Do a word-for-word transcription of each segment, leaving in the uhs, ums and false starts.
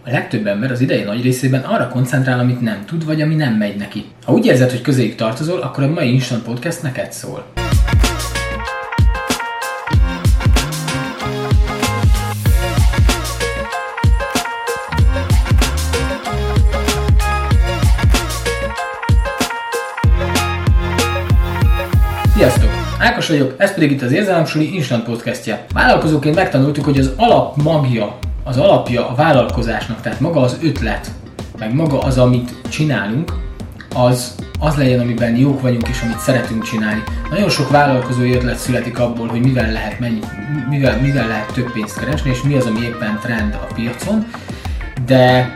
A legtöbb ember az ideje nagy részében arra koncentrál, amit nem tud, vagy ami nem megy neki. Ha úgy érzed, hogy közéjük tartozol, akkor a mai Instant Podcast neked szól. Sziasztok! Ákos vagyok, ez pedig itt az Érzelemsuli Instant Podcastje. Vállalkozóként megtanultuk, hogy az alap magja, az alapja a vállalkozásnak, tehát maga az ötlet, meg maga az, amit csinálunk, az, az legyen, amiben jók vagyunk és amit szeretünk csinálni. Nagyon sok vállalkozói ötlet születik abból, hogy mivel lehet, mennyi, mivel, mivel lehet több pénzt keresni, és mi az, ami éppen trend a piacon, de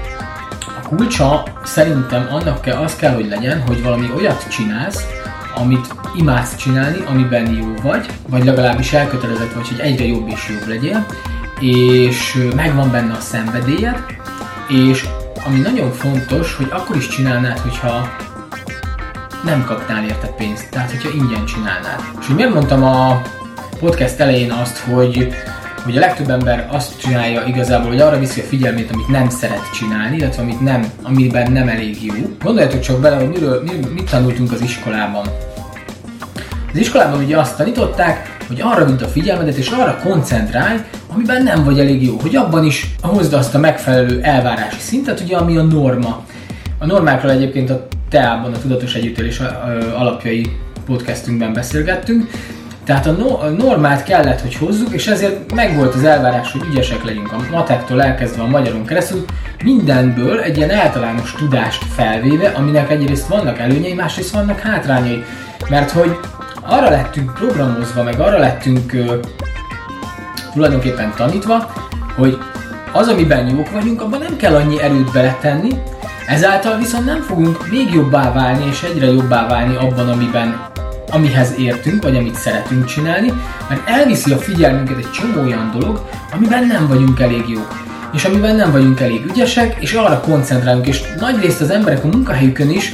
a kulcsa szerintem annak kell, az kell, hogy legyen, hogy valami olyat csinálsz, amit imádsz csinálni, amiben jó vagy, vagy legalábbis elkötelezett vagy, hogy egyre jobb és jobb legyél, és megvan benne a szenvedélyed, és ami nagyon fontos, hogy akkor is csinálnád, hogyha nem kapnál érte pénzt, tehát hogyha ingyen csinálnád. És hogy miért mondtam a podcast elején azt, hogy, hogy a legtöbb ember azt csinálja igazából, hogy arra viszi a figyelmét, amit nem szeret csinálni, illetve amit nem, amiben nem elég jó. Gondoljatok csak bele, hogy miről, mit tanultunk az iskolában. Az iskolában ugye azt tanították, hogy arra vidd a figyelmedet és arra koncentrálj, amiben nem vagy elég jó, hogy abban is hozd azt a megfelelő elvárási szintet, ugye, ami a norma. A normákról egyébként a teában, a Tudatos Együttélés alapjai podcastünkben beszélgettünk, tehát a, no- a normát kellett, hogy hozzuk, és ezért megvolt az elvárás, hogy ügyesek legyünk a matektól elkezdve a magyaron keresztül, mindenből egy ilyen általános tudást felvéve, aminek egyrészt vannak előnyei, másrészt vannak hátrányai, mert hogy arra lettünk programozva, meg arra lettünk uh, tulajdonképpen tanítva, hogy az, amiben jók vagyunk, abban nem kell annyi erőt beletenni, ezáltal viszont nem fogunk még jobbá válni, és egyre jobbá válni abban, amiben, amihez értünk, vagy amit szeretünk csinálni, mert elviszi a figyelmünket egy csomó olyan dolog, amiben nem vagyunk elég jók, és amiben nem vagyunk elég ügyesek, és arra koncentrálunk, és nagyrészt az emberek a munkahelyükön is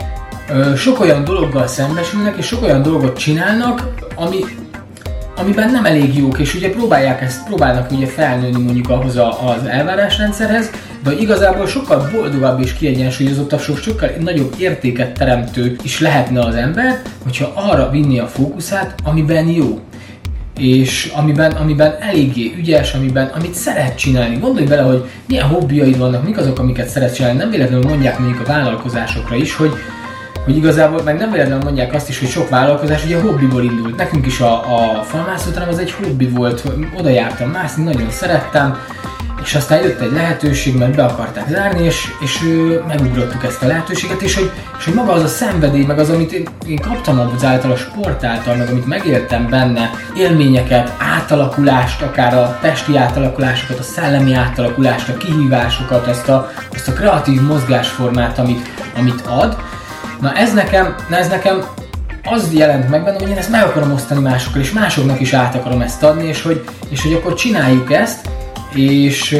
sok olyan dologgal szembesülnek, és sok olyan dolgot csinálnak, ami, amiben nem elég jók, és ugye próbálják ezt, próbálnak ugye felnőni mondjuk ahhoz a, az elvárásrendszerhez, de igazából sokkal boldogabb és kiegyensúlyozottabb, sokkal nagyobb értéket teremtő is lehetne az ember, hogyha arra vinni a fókuszát, amiben jó. És amiben, amiben eléggé ügyes, amiben, amit szeret csinálni. Gondolj bele, hogy milyen hobbiaid vannak, mik azok, amiket szeretsz csinálni. Nem véletlenül mondják mondjuk a vállalkozásokra is, hogy hogy igazából meg nem véletlenül mondják azt is, hogy sok vállalkozás ugye hobbiból indult. Nekünk is a, a falmászóterem az egy hobbi volt, oda jártam mászni, nagyon szerettem, és aztán jött egy lehetőség, mert be akarták zárni, és, és megugrottuk ezt a lehetőséget, és hogy, és hogy maga az a szenvedély, meg az, amit én, én kaptam azáltal, a sport által, meg amit megéltem benne, élményeket, átalakulást, akár a testi átalakulásokat, a szellemi átalakulást, a kihívásokat, azt a, azt a kreatív mozgásformát, amit, amit ad. Na ez nekem, na ez nekem az jelent meg bennem, hogy én ezt meg akarom osztani másokkal, és másoknak is át akarom ezt adni, és hogy, és hogy akkor csináljuk ezt, és,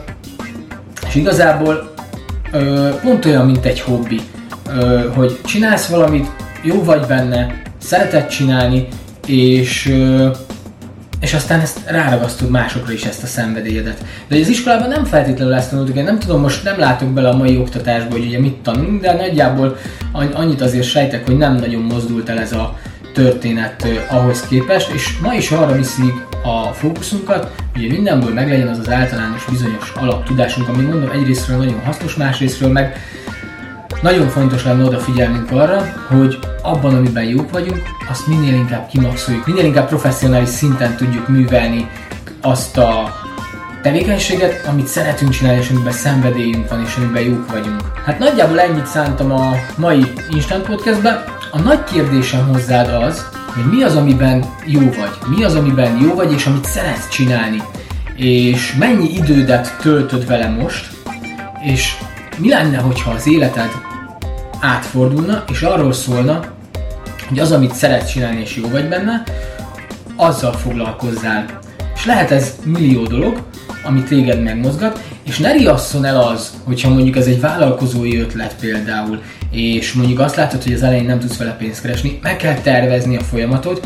és igazából pont olyan, mint egy hobbi, hogy csinálsz valamit, jó vagy benne, szereted csinálni, és, és aztán ezt ráragasztod másokra is, ezt a szenvedélyedet. De az iskolában nem feltétlenül ezt tanultuk, én nem tudom, most nem látok bele a mai oktatásba, hogy ugye mit tanulunk, de nagyjából annyit azért sejtek, hogy nem nagyon mozdult el ez a történet ahhoz képest, és ma is arra viszik a fókuszunkat, hogy mindenből meglegyen az az általános bizonyos alaptudásunk, ami mondom egyrésztről nagyon hasznos, másrésztről meg nagyon fontos lenne odafigyelnünk arra, hogy abban, amiben jók vagyunk, azt minél inkább kimaxoljuk, minél inkább professzionális szinten tudjuk művelni azt a tevékenységet, amit szeretünk csinálni, és amiben szenvedélyünk van, és amiben jók vagyunk. Hát nagyjából ennyit szántam a mai Instant Podcastbe. A nagy kérdésem hozzád az, hogy mi az, amiben jó vagy, mi az, amiben jó vagy, és amit szeretsz csinálni, és mennyi idődet töltöd vele most, és mi lenne, hogyha az életed átfordulna, és arról szólna, hogy az, amit szeretsz csinálni, és jó vagy benne, azzal foglalkozzál. És lehet ez millió dolog, ami téged megmozgat, és ne riasszon el az, hogyha mondjuk ez egy vállalkozói ötlet például, és mondjuk azt látod, hogy az elején nem tudsz vele pénzt keresni, meg kell tervezni a folyamatot,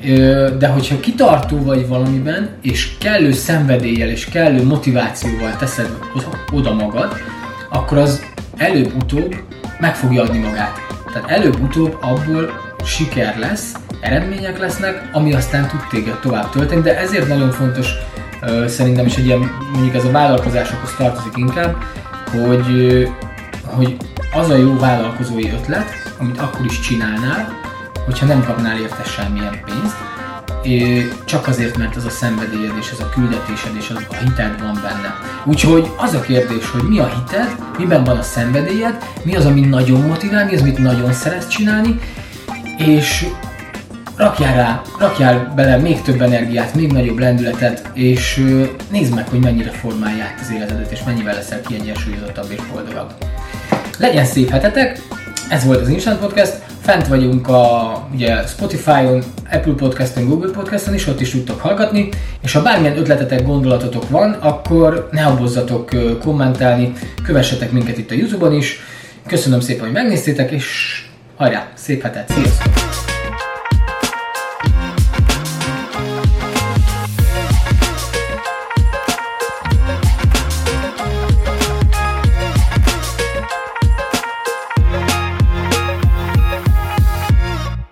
De hogyha kitartó vagy valamiben, és kellő szenvedéllyel és kellő motivációval teszed oda magad, akkor az előbb-utóbb meg fogja adni magát. Tehát előbb-utóbb abból siker lesz, eredmények lesznek, ami aztán tud téged tovább tölteni, de ezért nagyon fontos szerintem is egy ilyen, mondjuk ez a vállalkozásokhoz tartozik inkább, hogy, hogy az a jó vállalkozói ötlet, amit akkor is csinálnál, hogyha nem kapnál érte semmilyen pénzt, csak azért, mert az a szenvedélyed és az a küldetésed és az a hited van benne. Úgyhogy az a kérdés, hogy mi a hited, miben van a szenvedélyed, mi az, ami nagyon motivál, mi az, amit nagyon szeretsz csinálni, és rakjál rá, rakjál bele még több energiát, még nagyobb lendületet, és nézd meg, hogy mennyire formálja át az életedet, és mennyivel leszel kiegyensúlyozottabb és boldogabb. Legyen szép hetetek! Ez volt az Instant Podcast, fent vagyunk a ugye, Spotify-on, Apple Podcast-on, Google Podcast-on is, ott is tudtok hallgatni, és ha bármilyen ötletetek, gondolatotok van, akkor ne habozzatok kommentálni, kövessetek minket itt a YouTube-on is. Köszönöm szépen, hogy megnéztétek, és hajrá, szép hetet, sziasztok!